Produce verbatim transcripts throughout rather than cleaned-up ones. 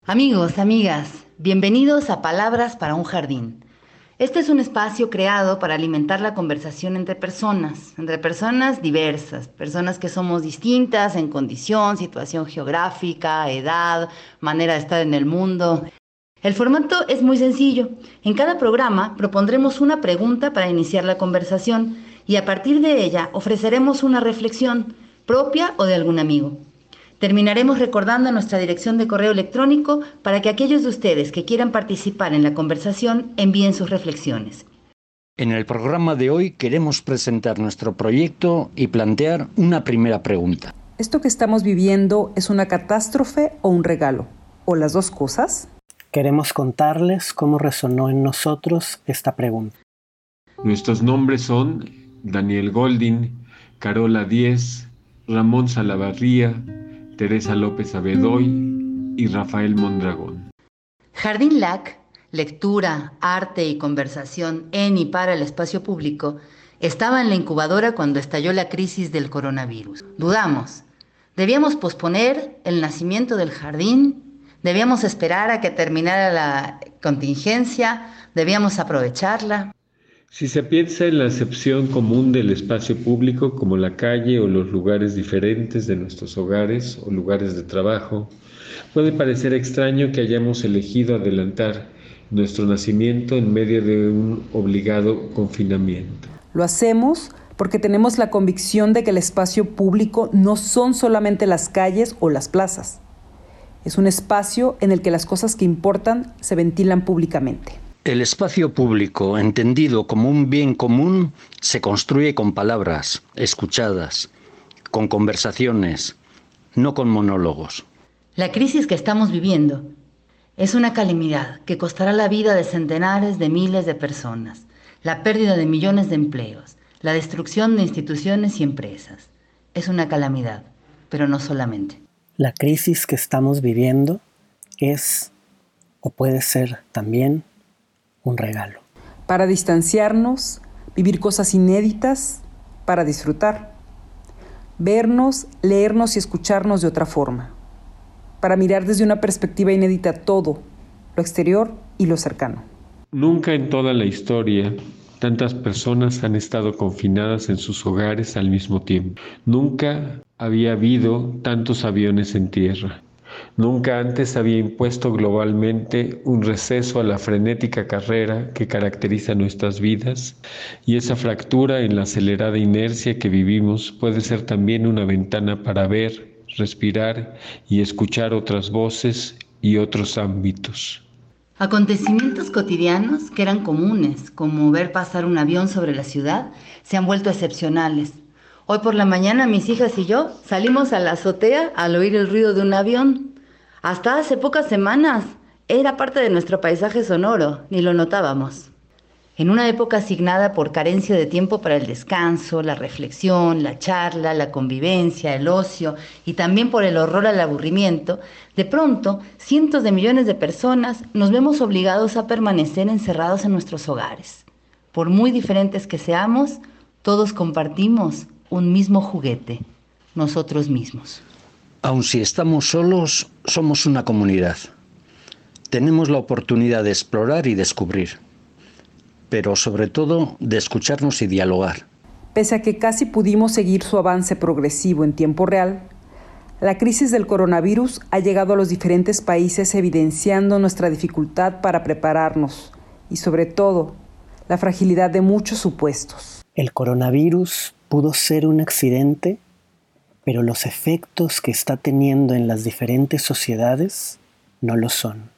Amigos, amigas, bienvenidos a Palabras para un Jardín. Este es un espacio creado para alimentar la conversación entre personas, entre personas diversas, personas que somos distintas en condición, situación geográfica, edad, manera de estar en el mundo. El formato es muy sencillo. En cada programa propondremos una pregunta para iniciar la conversación y a partir de ella ofreceremos una reflexión propia o de algún amigo. Terminaremos recordando nuestra dirección de correo electrónico para que aquellos de ustedes que quieran participar en la conversación envíen sus reflexiones. En el programa de hoy queremos presentar nuestro proyecto y plantear una primera pregunta. ¿Esto que estamos viviendo es una catástrofe o un regalo? ¿O las dos cosas? Queremos contarles cómo resonó en nosotros esta pregunta. Nuestros nombres son Daniel Goldin, Carola Díez, Ramón Salavarría, Teresa López Abedoy y Rafael Mondragón. Jardín L A C, lectura, arte y conversación en y para el espacio público, estaba en la incubadora cuando estalló la crisis del coronavirus. Dudamos. ¿Debíamos posponer el nacimiento del jardín? ¿Debíamos esperar a que terminara la contingencia? ¿Debíamos aprovecharla? Si se piensa en la acepción común del espacio público como la calle o los lugares diferentes de nuestros hogares o lugares de trabajo, puede parecer extraño que hayamos elegido adelantar nuestro nacimiento en medio de un obligado confinamiento. Lo hacemos porque tenemos la convicción de que el espacio público no son solamente las calles o las plazas. Es un espacio en el que las cosas que importan se ventilan públicamente. El espacio público, entendido como un bien común, se construye con palabras, escuchadas, con conversaciones, no con monólogos. La crisis que estamos viviendo es una calamidad que costará la vida de centenares de miles de personas, la pérdida de millones de empleos, la destrucción de instituciones y empresas. Es una calamidad, pero no solamente. La crisis que estamos viviendo es, o puede ser también, un regalo. Para distanciarnos, vivir cosas inéditas, para disfrutar. Vernos, leernos y escucharnos de otra forma. Para mirar desde una perspectiva inédita todo, lo exterior y lo cercano. Nunca en toda la historia tantas personas han estado confinadas en sus hogares al mismo tiempo. Nunca había habido tantos aviones en tierra. Nunca antes había impuesto globalmente un receso a la frenética carrera que caracteriza nuestras vidas, y esa fractura en la acelerada inercia que vivimos puede ser también una ventana para ver, respirar y escuchar otras voces y otros ámbitos. Acontecimientos cotidianos que eran comunes, como ver pasar un avión sobre la ciudad, se han vuelto excepcionales. Hoy por la mañana mis hijas y yo salimos a la azotea al oír el ruido de un avión. Hasta hace pocas semanas era parte de nuestro paisaje sonoro, ni lo notábamos. En una época asignada por carencia de tiempo para el descanso, la reflexión, la charla, la convivencia, el ocio y también por el horror al aburrimiento, de pronto cientos de millones de personas nos vemos obligados a permanecer encerrados en nuestros hogares. Por muy diferentes que seamos, todos compartimos un mismo juguete, nosotros mismos. Aun si estamos solos, somos una comunidad. Tenemos la oportunidad de explorar y descubrir, pero sobre todo de escucharnos y dialogar. Pese a que casi pudimos seguir su avance progresivo en tiempo real, la crisis del coronavirus ha llegado a los diferentes países evidenciando nuestra dificultad para prepararnos y sobre todo la fragilidad de muchos supuestos. El coronavirus pudo ser un accidente, pero los efectos que está teniendo en las diferentes sociedades no lo son.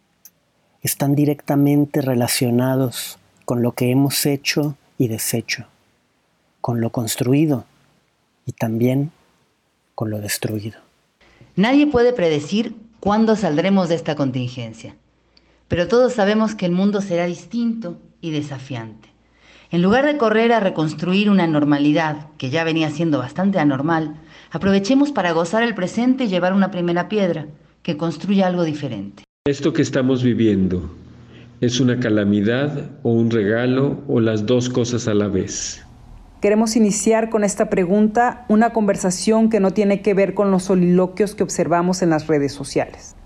Están directamente relacionados con lo que hemos hecho y deshecho, con lo construido y también con lo destruido. Nadie puede predecir cuándo saldremos de esta contingencia, pero todos sabemos que el mundo será distinto y desafiante. En lugar de correr a reconstruir una normalidad que ya venía siendo bastante anormal, aprovechemos para gozar el presente y llevar una primera piedra que construya algo diferente. Esto que estamos viviendo, ¿es una calamidad o un regalo o las dos cosas a la vez? Queremos iniciar con esta pregunta una conversación que no tiene que ver con los soliloquios que observamos en las redes sociales.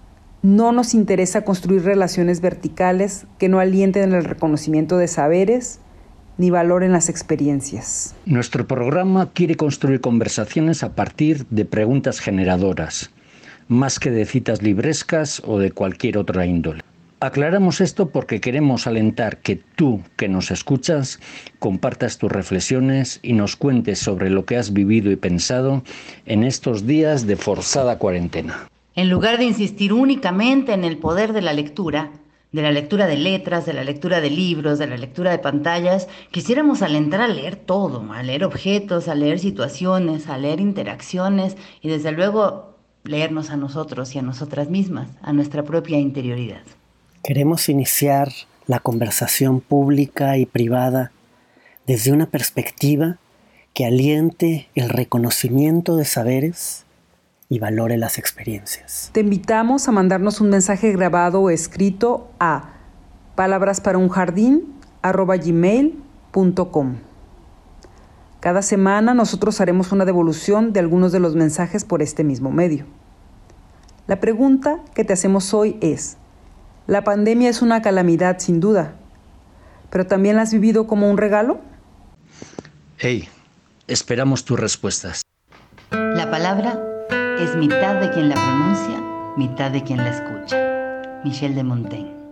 No nos interesa construir relaciones verticales que no alienten el reconocimiento de saberes ni valoren las experiencias. Nuestro programa quiere construir conversaciones a partir de preguntas generadoras, más que de citas librescas o de cualquier otra índole. Aclaramos esto porque queremos alentar que tú, que nos escuchas, compartas tus reflexiones y nos cuentes sobre lo que has vivido y pensado en estos días de forzada cuarentena. En lugar de insistir únicamente en el poder de la lectura, de la lectura de letras, de la lectura de libros, de la lectura de pantallas, quisiéramos alentar a leer todo, a leer objetos, a leer situaciones, a leer interacciones y desde luego leernos a nosotros y a nosotras mismas, a nuestra propia interioridad. Queremos iniciar la conversación pública y privada desde una perspectiva que aliente el reconocimiento de saberes y valore las experiencias. Te invitamos a mandarnos un mensaje grabado o escrito a palabrasparaunjardín arroba gmail punto com. Cada semana nosotros haremos una devolución de algunos de los mensajes por este mismo medio. La pregunta que te hacemos hoy es: ¿la pandemia es una calamidad sin duda, pero también la has vivido como un regalo? Hey, esperamos tus respuestas. La palabra es mitad de quien la pronuncia, mitad de quien la escucha. Michel de Montaigne.